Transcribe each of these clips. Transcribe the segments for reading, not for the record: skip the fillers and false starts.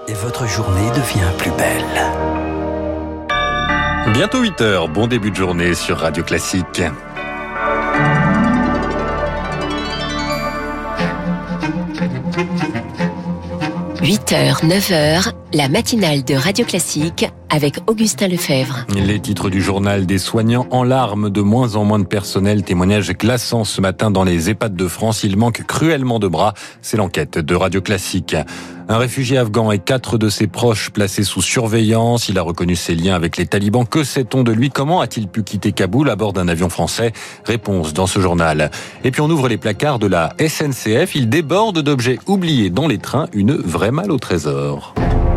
et votre journée devient plus belle. Bientôt 8h, bon début de journée sur Radio Classique. « 8h, 9h, la matinale de Radio Classique avec Augustin Lefebvre. » Les titres du journal: des soignants en larmes, de moins en moins de personnel, témoignage glaçant ce matin dans les EHPAD de France. Il manque cruellement de bras, c'est l'enquête de Radio Classique. Un réfugié afghan et 4 de ses proches placés sous surveillance. Il a reconnu ses liens avec les talibans. Que sait-on de lui? Comment a-t-il pu quitter Kaboul à bord d'un avion français? Réponse dans ce journal. Et puis on ouvre les placards de la SNCF. Il déborde d'objets oubliés dans les trains. Une vraie malle au trésor.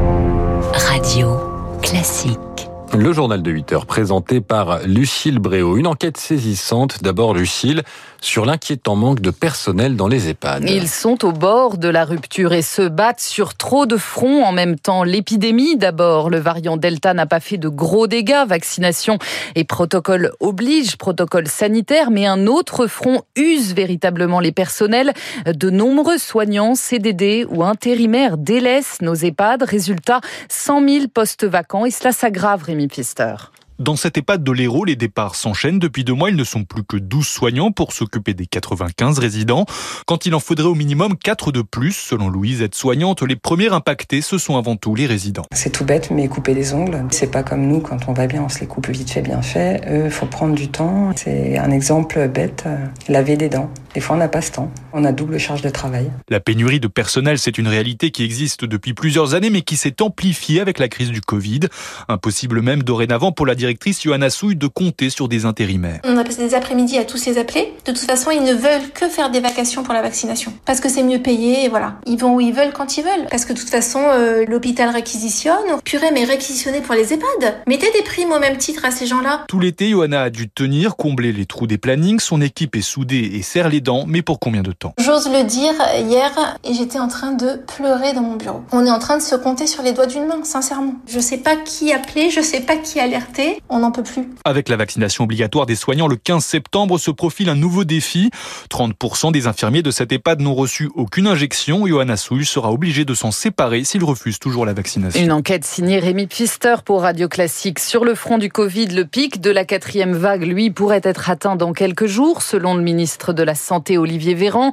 Radio Classique. Le journal de 8h présenté par Lucille Bréau. Une enquête saisissante. D'abord, Lucille, sur l'inquiétant manque de personnel dans les EHPAD. Ils sont au bord de la rupture et se battent sur trop de fronts en même temps. L'épidémie d'abord. Le variant Delta n'a pas fait de gros dégâts. Vaccination et protocole oblige, protocole sanitaire. Mais un autre front use véritablement les personnels. De nombreux soignants, CDD ou intérimaires délaissent nos EHPAD. Résultat, 100 000 postes vacants. Et cela s'aggrave, Rémi Pfister. Dans cette EHPAD de l'Hérault, les départs s'enchaînent. Depuis 2 mois, ils ne sont plus que 12 soignants pour s'occuper des 95 résidents. Quand il en faudrait au minimum 4 de plus, selon Louise, aide-soignante, les premiers impactés, ce sont avant tout les résidents. C'est tout bête, mais couper des ongles, c'est pas comme nous, quand on va bien, on se les coupe vite fait, bien fait. Eux, faut prendre du temps. C'est un exemple bête, laver des dents. Des fois, on n'a pas ce temps. On a double charge de travail. La pénurie de personnel, c'est une réalité qui existe depuis plusieurs années, mais qui s'est amplifiée avec la crise du Covid. Impossible même dorénavant pour la directrice Johanna Souille de compter sur des intérimaires. On a passé des après-midi à tous les appeler. De toute façon, ils ne veulent que faire des vacations pour la vaccination. Parce que c'est mieux payé, et voilà. Ils vont où ils veulent quand ils veulent. Parce que de toute façon, l'hôpital réquisitionne. Purée, mais réquisitionner pour les EHPAD. Mettez des primes au même titre à ces gens-là. Tout l'été, Johanna a dû tenir, combler les trous des plannings. Son équipe est soudée et serre les dents, mais pour combien de temps? J'ose le dire, hier, et j'étais en train de pleurer dans mon bureau. On est en train de se compter sur les doigts d'une main, sincèrement. Je sais pas qui appeler, je sais pas qui alerter. On n'en peut plus. Avec la vaccination obligatoire des soignants le 15 septembre se profile un nouveau défi. 30% des infirmiers de cette EHPAD n'ont reçu aucune injection. Johanna Souille sera obligée de s'en séparer s'ils refusent toujours la vaccination. Une enquête signée Rémi Pfister pour Radio Classique. Sur le front du Covid, le pic de la 4e vague, lui, pourrait être atteint dans quelques jours, selon le ministre de la Santé Olivier Véran.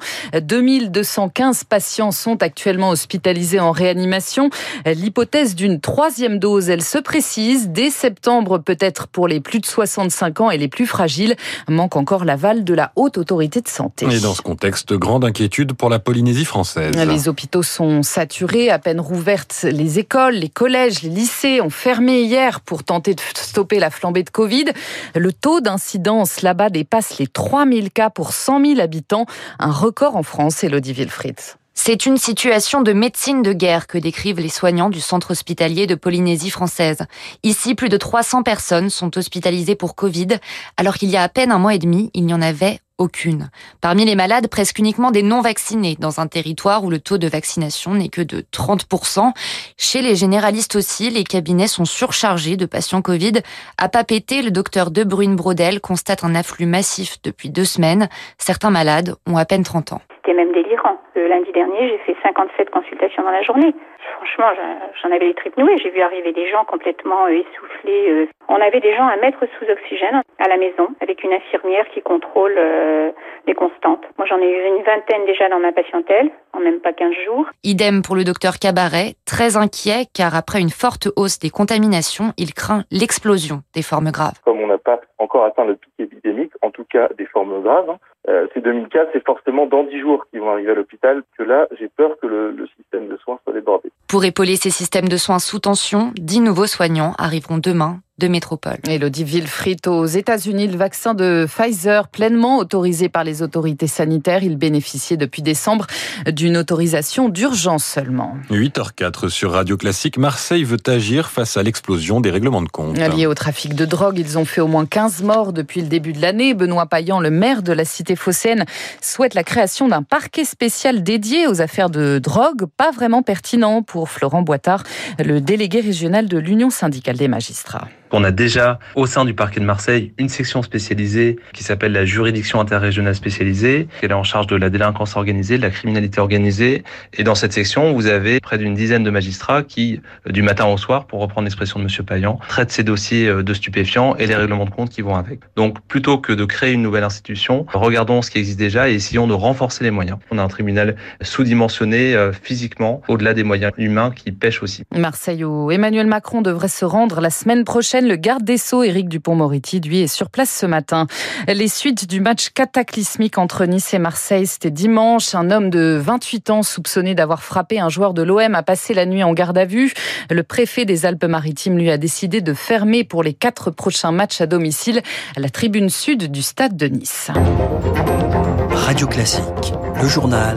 2215 patients sont actuellement hospitalisés en réanimation. L'hypothèse d'une 3e dose, elle se précise. Dès septembre, peut-être pour les plus de 65 ans et les plus fragiles. Manque encore l'aval de la Haute Autorité de Santé. Et dans ce contexte, grande inquiétude pour la Polynésie française. Les hôpitaux sont saturés, à peine rouvertes les écoles, les collèges, les lycées ont fermé hier pour tenter de stopper la flambée de Covid. Le taux d'incidence là-bas dépasse les 3000 cas pour 100 000 habitants. Un record en France, Élodie Wilfried. C'est une situation de médecine de guerre que décrivent les soignants du centre hospitalier de Polynésie française. Ici, plus de 300 personnes sont hospitalisées pour Covid, alors qu'il y a à peine 1 mois et demi, il n'y en avait aucune. Parmi les malades, presque uniquement des non-vaccinés, dans un territoire où le taux de vaccination n'est que de 30%. Chez les généralistes aussi, les cabinets sont surchargés de patients Covid. À Papeete, le docteur De Bruyne-Brodel constate un afflux massif depuis 2 semaines. Certains malades ont à peine 30 ans. C'était même délirant. Le lundi dernier, j'ai fait 57 consultations dans la journée. Franchement, j'en avais les tripes nouées. J'ai vu arriver des gens complètement essoufflés. On avait des gens à mettre sous oxygène à la maison, avec une infirmière qui contrôle les constantes. Moi, j'en ai eu une vingtaine déjà dans ma patientèle, en même pas 15 jours. Idem pour le docteur Cabaret, très inquiet, car après une forte hausse des contaminations, il craint l'explosion des formes graves. Comme on n'a pas encore atteint le pic épidémique, en tout cas des formes graves, ces 2000 cas, c'est forcément dans 10 jours qu'ils vont arriver à l'hôpital, que là, j'ai peur que le système de soins soit débordé. Pour épauler ces systèmes de soins sous tension, 10 nouveaux soignants arriveront demain de métropole. Élodie Wilfried, aux États-Unis, le vaccin de Pfizer, pleinement autorisé par les autorités sanitaires, il bénéficiait depuis décembre d'une autorisation d'urgence seulement. 8h04 sur Radio Classique. Marseille veut agir face à l'explosion des règlements de compte. Liés au trafic de drogue, ils ont fait au moins 15 morts depuis le début de l'année. Benoît Payan, le maire de la cité phocéenne, souhaite la création d'un parquet spécial dédié aux affaires de drogue. Pas vraiment pertinent pour Florent Boitard, le délégué régional de l'Union syndicale des magistrats. On a déjà, au sein du parquet de Marseille, une section spécialisée qui s'appelle la juridiction interrégionale spécialisée. Elle est en charge de la délinquance organisée, de la criminalité organisée. Et dans cette section, vous avez près d'une dizaine de magistrats qui, du matin au soir, pour reprendre l'expression de M. Payan, traitent ces dossiers de stupéfiants et les règlements de compte qui vont avec. Donc, plutôt que de créer une nouvelle institution, regardons ce qui existe déjà et essayons de renforcer les moyens. On a un tribunal sous-dimensionné physiquement, au-delà des moyens humains qui pêchent aussi. Marseille où Emmanuel Macron devrait se rendre la semaine prochaine. Le garde des Sceaux, Éric Dupond-Moretti, lui, est sur place ce matin. Les suites du match cataclysmique entre Nice et Marseille, c'était dimanche. Un homme de 28 ans soupçonné d'avoir frappé un joueur de l'OM a passé la nuit en garde à vue. Le préfet des Alpes-Maritimes, lui, a décidé de fermer pour les 4 prochains matchs à domicile la tribune sud du stade de Nice. Radio Classique, le journal.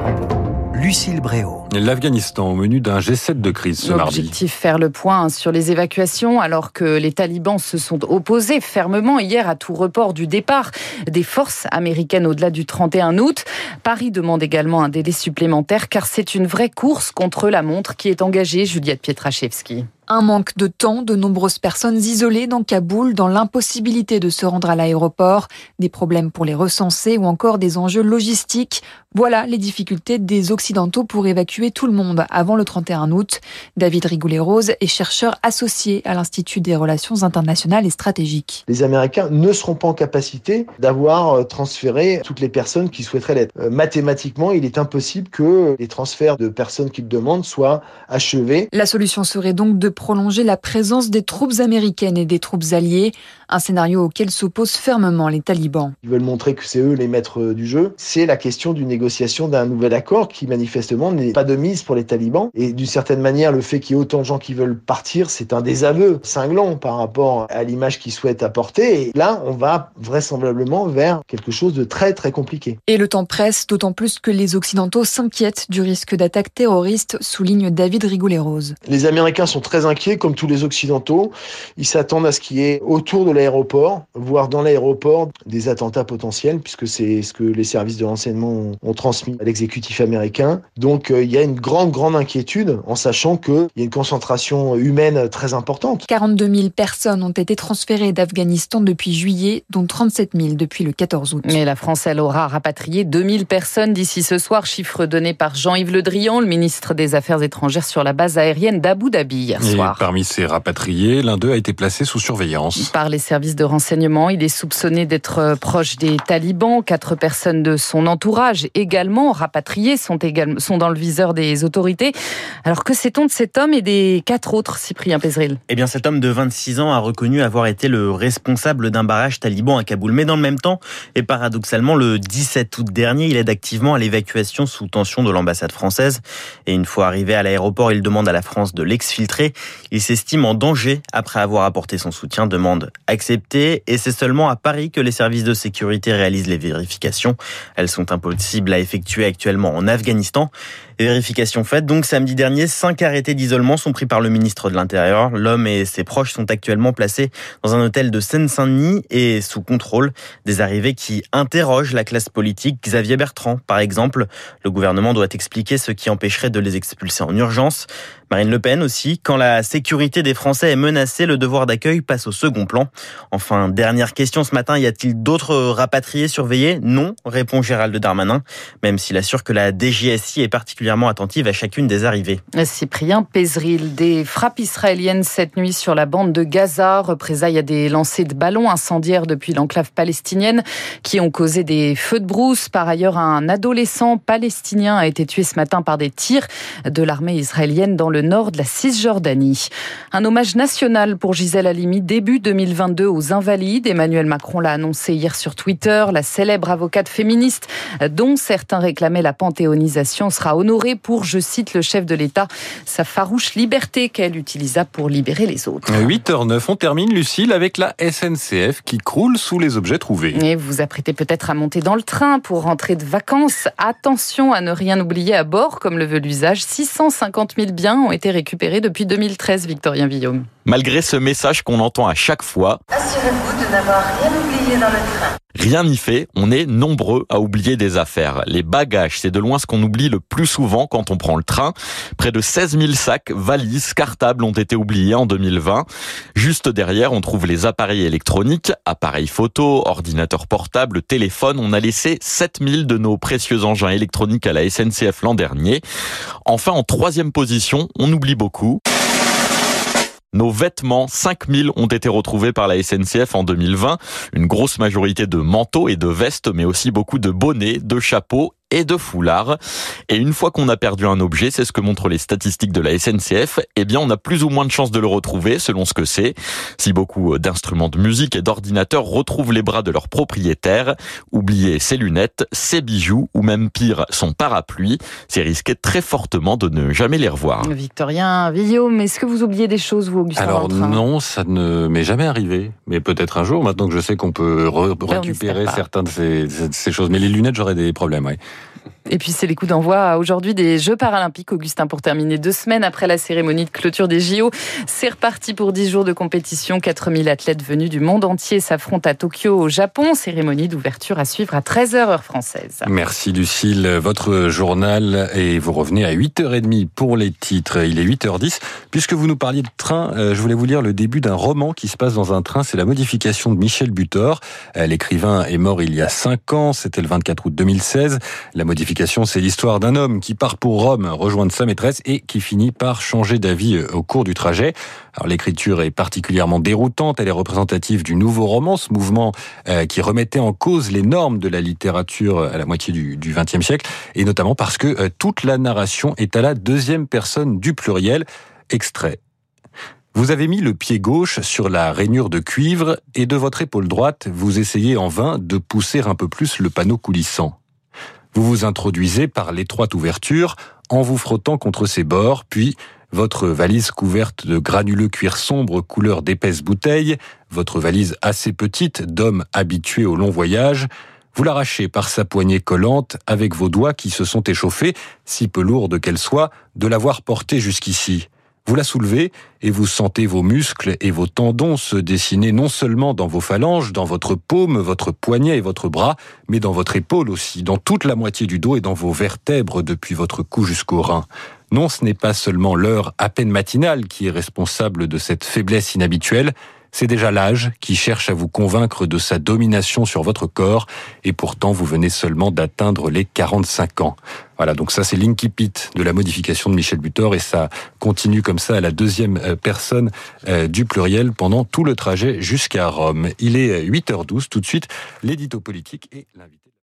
Lucille Bréau. L'Afghanistan au menu d'un G7 de crise ce mardi. Objectif, faire le point sur les évacuations alors que les talibans se sont opposés fermement hier à tout report du départ des forces américaines au-delà du 31 août. Paris demande également un délai supplémentaire car c'est une vraie course contre la montre qui est engagée. Juliette Pietraszewski. Un manque de temps, de nombreuses personnes isolées dans Kaboul, dans l'impossibilité de se rendre à l'aéroport, des problèmes pour les recenser ou encore des enjeux logistiques. Voilà les difficultés des Occidentaux pour évacuer tout le monde avant le 31 août. David Rigoulet-Rose est chercheur associé à l'Institut des relations internationales et stratégiques. Les Américains ne seront pas en capacité d'avoir transféré toutes les personnes qui souhaiteraient l'être. Mathématiquement, il est impossible que les transferts de personnes qui le demandent soient achevés. La solution serait donc de prolonger la présence des troupes américaines et des troupes alliées, un scénario auquel s'opposent fermement les talibans. Ils veulent montrer que c'est eux les maîtres du jeu. C'est la question d'une négociation d'un nouvel accord qui manifestement n'est pas de mise pour les talibans. Et d'une certaine manière, le fait qu'il y ait autant de gens qui veulent partir, c'est un désaveu cinglant par rapport à l'image qu'ils souhaitent apporter. Et là, on va vraisemblablement vers quelque chose de très très compliqué. Et le temps presse, d'autant plus que les Occidentaux s'inquiètent du risque d'attaque terroriste, souligne David Rigoulet-Rose. Les Américains sont très inquiets, comme tous les Occidentaux. Ils s'attendent à ce qu'il y ait autour de l'aéroport, voire dans l'aéroport, des attentats potentiels, puisque c'est ce que les services de renseignement ont transmis à l'exécutif américain. Donc il y a une grande inquiétude, en sachant qu'il y a une concentration humaine très importante. 42 000 personnes ont été transférées d'Afghanistan depuis juillet, dont 37 000 depuis le 14 août. Mais la France, elle aura rapatrié 2000 personnes d'ici ce soir, chiffre donné par Jean-Yves Le Drian, le ministre des Affaires étrangères, sur la base aérienne d'Abu Dhabi hier soir. Et parmi ces rapatriés, l'un d'eux a été placé sous surveillance. Par les services de renseignement, il est soupçonné d'être proche des talibans. 4 personnes de son entourage, également rapatriées, sont dans le viseur des autorités. Alors que sait-on de cet homme et des 4 autres, Cyprien Pézeril ? Eh bien, cet homme de 26 ans a reconnu avoir été le responsable d'un barrage taliban à Kaboul. Mais dans le même temps, et paradoxalement, le 17 août dernier, il aide activement à l'évacuation sous tension de l'ambassade française. Et une fois arrivé à l'aéroport, il demande à la France de l'exfiltrer. Il s'estime en danger après avoir apporté son soutien, demande acceptée. Et c'est seulement à Paris que les services de sécurité réalisent les vérifications. Elles sont impossibles à effectuer actuellement en Afghanistan. Vérification faite, donc samedi dernier, 5 arrêtés d'isolement sont pris par le ministre de l'Intérieur. L'homme et ses proches sont actuellement placés dans un hôtel de Seine-Saint-Denis et sous contrôle. Des arrivées qui interrogent la classe politique. Xavier Bertrand, par exemple. Le gouvernement doit expliquer ce qui empêcherait de les expulser en urgence. Marine Le Pen aussi. Quand la sécurité des Français est menacée, le devoir d'accueil passe au second plan. Enfin, dernière question ce matin, y a-t-il d'autres rapatriés surveillés ? Non, répond Gérald Darmanin, même s'il assure que la DGSI est particulièrement attentive à chacune des arrivées. Cyprien Pézeril, des frappes israéliennes cette nuit sur la bande de Gaza, représailles à des lancers de ballons incendiaires depuis l'enclave palestinienne qui ont causé des feux de brousse. Par ailleurs, un adolescent palestinien a été tué ce matin par des tirs de l'armée israélienne dans le nord de la Cisjordanie. Un hommage national pour Gisèle Halimi début 2022 aux Invalides. Emmanuel Macron l'a annoncé hier sur Twitter. La célèbre avocate féministe dont certains réclamaient la panthéonisation sera honorée pour, je cite le chef de l'État, sa farouche liberté qu'elle utilisa pour libérer les autres. 8h09, on termine, Lucille, avec la SNCF qui croule sous les objets trouvés. Et vous vous apprêtez peut-être à monter dans le train pour rentrer de vacances. Attention à ne rien oublier à bord, comme le veut l'usage. 650 000 biens ont été récupérés depuis 2013, Victorien Villaume. Malgré ce message qu'on entend à chaque fois, assurez-vous de n'avoir rien oublié dans le train. Rien n'y fait, on est nombreux à oublier des affaires. Les bagages, c'est de loin ce qu'on oublie le plus souvent quand on prend le train. Près de 16 000 sacs, valises, cartables ont été oubliés en 2020. Juste derrière, on trouve les appareils électroniques, appareils photo, ordinateurs portables, téléphones. On a laissé 7 000 de nos précieux engins électroniques à la SNCF l'an dernier. Enfin, en 3e position, on oublie beaucoup. Nos vêtements, 5000 ont été retrouvés par la SNCF en 2020. Une grosse majorité de manteaux et de vestes, mais aussi beaucoup de bonnets, de chapeaux et de foulards. Et une fois qu'on a perdu un objet, c'est ce que montrent les statistiques de la SNCF, eh bien on a plus ou moins de chances de le retrouver selon ce que c'est. Si beaucoup d'instruments de musique et d'ordinateurs retrouvent les bras de leur propriétaire, oublier ses lunettes, ses bijoux ou même pire, son parapluie, c'est risquer très fortement de ne jamais les revoir. Victorien Villaume, est-ce que vous oubliez des choses, vous, Augustin? Alors non, ça ne m'est jamais arrivé, mais peut-être un jour, maintenant que je sais qu'on peut récupérer certains de ces choses. Mais les lunettes, j'aurais des problèmes, oui. Et puis c'est les coups d'envoi aujourd'hui des Jeux paralympiques, Augustin, pour terminer 2 semaines après la cérémonie de clôture des JO. C'est reparti pour 10 jours de compétition. 4000 athlètes venus du monde entier s'affrontent à Tokyo, au Japon. Cérémonie d'ouverture à suivre à 13h heure française. Merci Lucille. Votre journal, et vous revenez à 8h30 pour les titres. Il est 8h10. Puisque vous nous parliez de train, je voulais vous lire le début d'un roman qui se passe dans un train. C'est La modification de Michel Butor. L'écrivain est mort il y a 5 ans. C'était le 24 août 2016. La modification, c'est l'histoire d'un homme qui part pour Rome rejoindre sa maîtresse et qui finit par changer d'avis au cours du trajet. Alors l'écriture est particulièrement déroutante, elle est représentative du nouveau roman, ce mouvement qui remettait en cause les normes de la littérature à la moitié du XXe siècle, et notamment parce que toute la narration est à la 2e personne du pluriel. Extrait. Vous avez mis le pied gauche sur la rainure de cuivre et de votre épaule droite, vous essayez en vain de pousser un peu plus le panneau coulissant. Vous vous introduisez par l'étroite ouverture en vous frottant contre ses bords, puis votre valise couverte de granuleux cuir sombre couleur d'épaisse bouteille, votre valise assez petite d'homme habitué au long voyage, vous l'arrachez par sa poignée collante avec vos doigts qui se sont échauffés, si peu lourde qu'elle soit, de l'avoir portée jusqu'ici. Vous la soulevez et vous sentez vos muscles et vos tendons se dessiner non seulement dans vos phalanges, dans votre paume, votre poignet et votre bras, mais dans votre épaule aussi, dans toute la moitié du dos et dans vos vertèbres depuis votre cou jusqu'au rein. Non, ce n'est pas seulement l'heure à peine matinale qui est responsable de cette faiblesse inhabituelle, c'est déjà l'âge qui cherche à vous convaincre de sa domination sur votre corps, et pourtant vous venez seulement d'atteindre les 45 ans. Voilà, donc ça c'est l'incipit de La modification de Michel Butor, et ça continue comme ça à la 2e personne du pluriel pendant tout le trajet jusqu'à Rome. Il est 8h12, tout de suite l'édito politique et l'invité.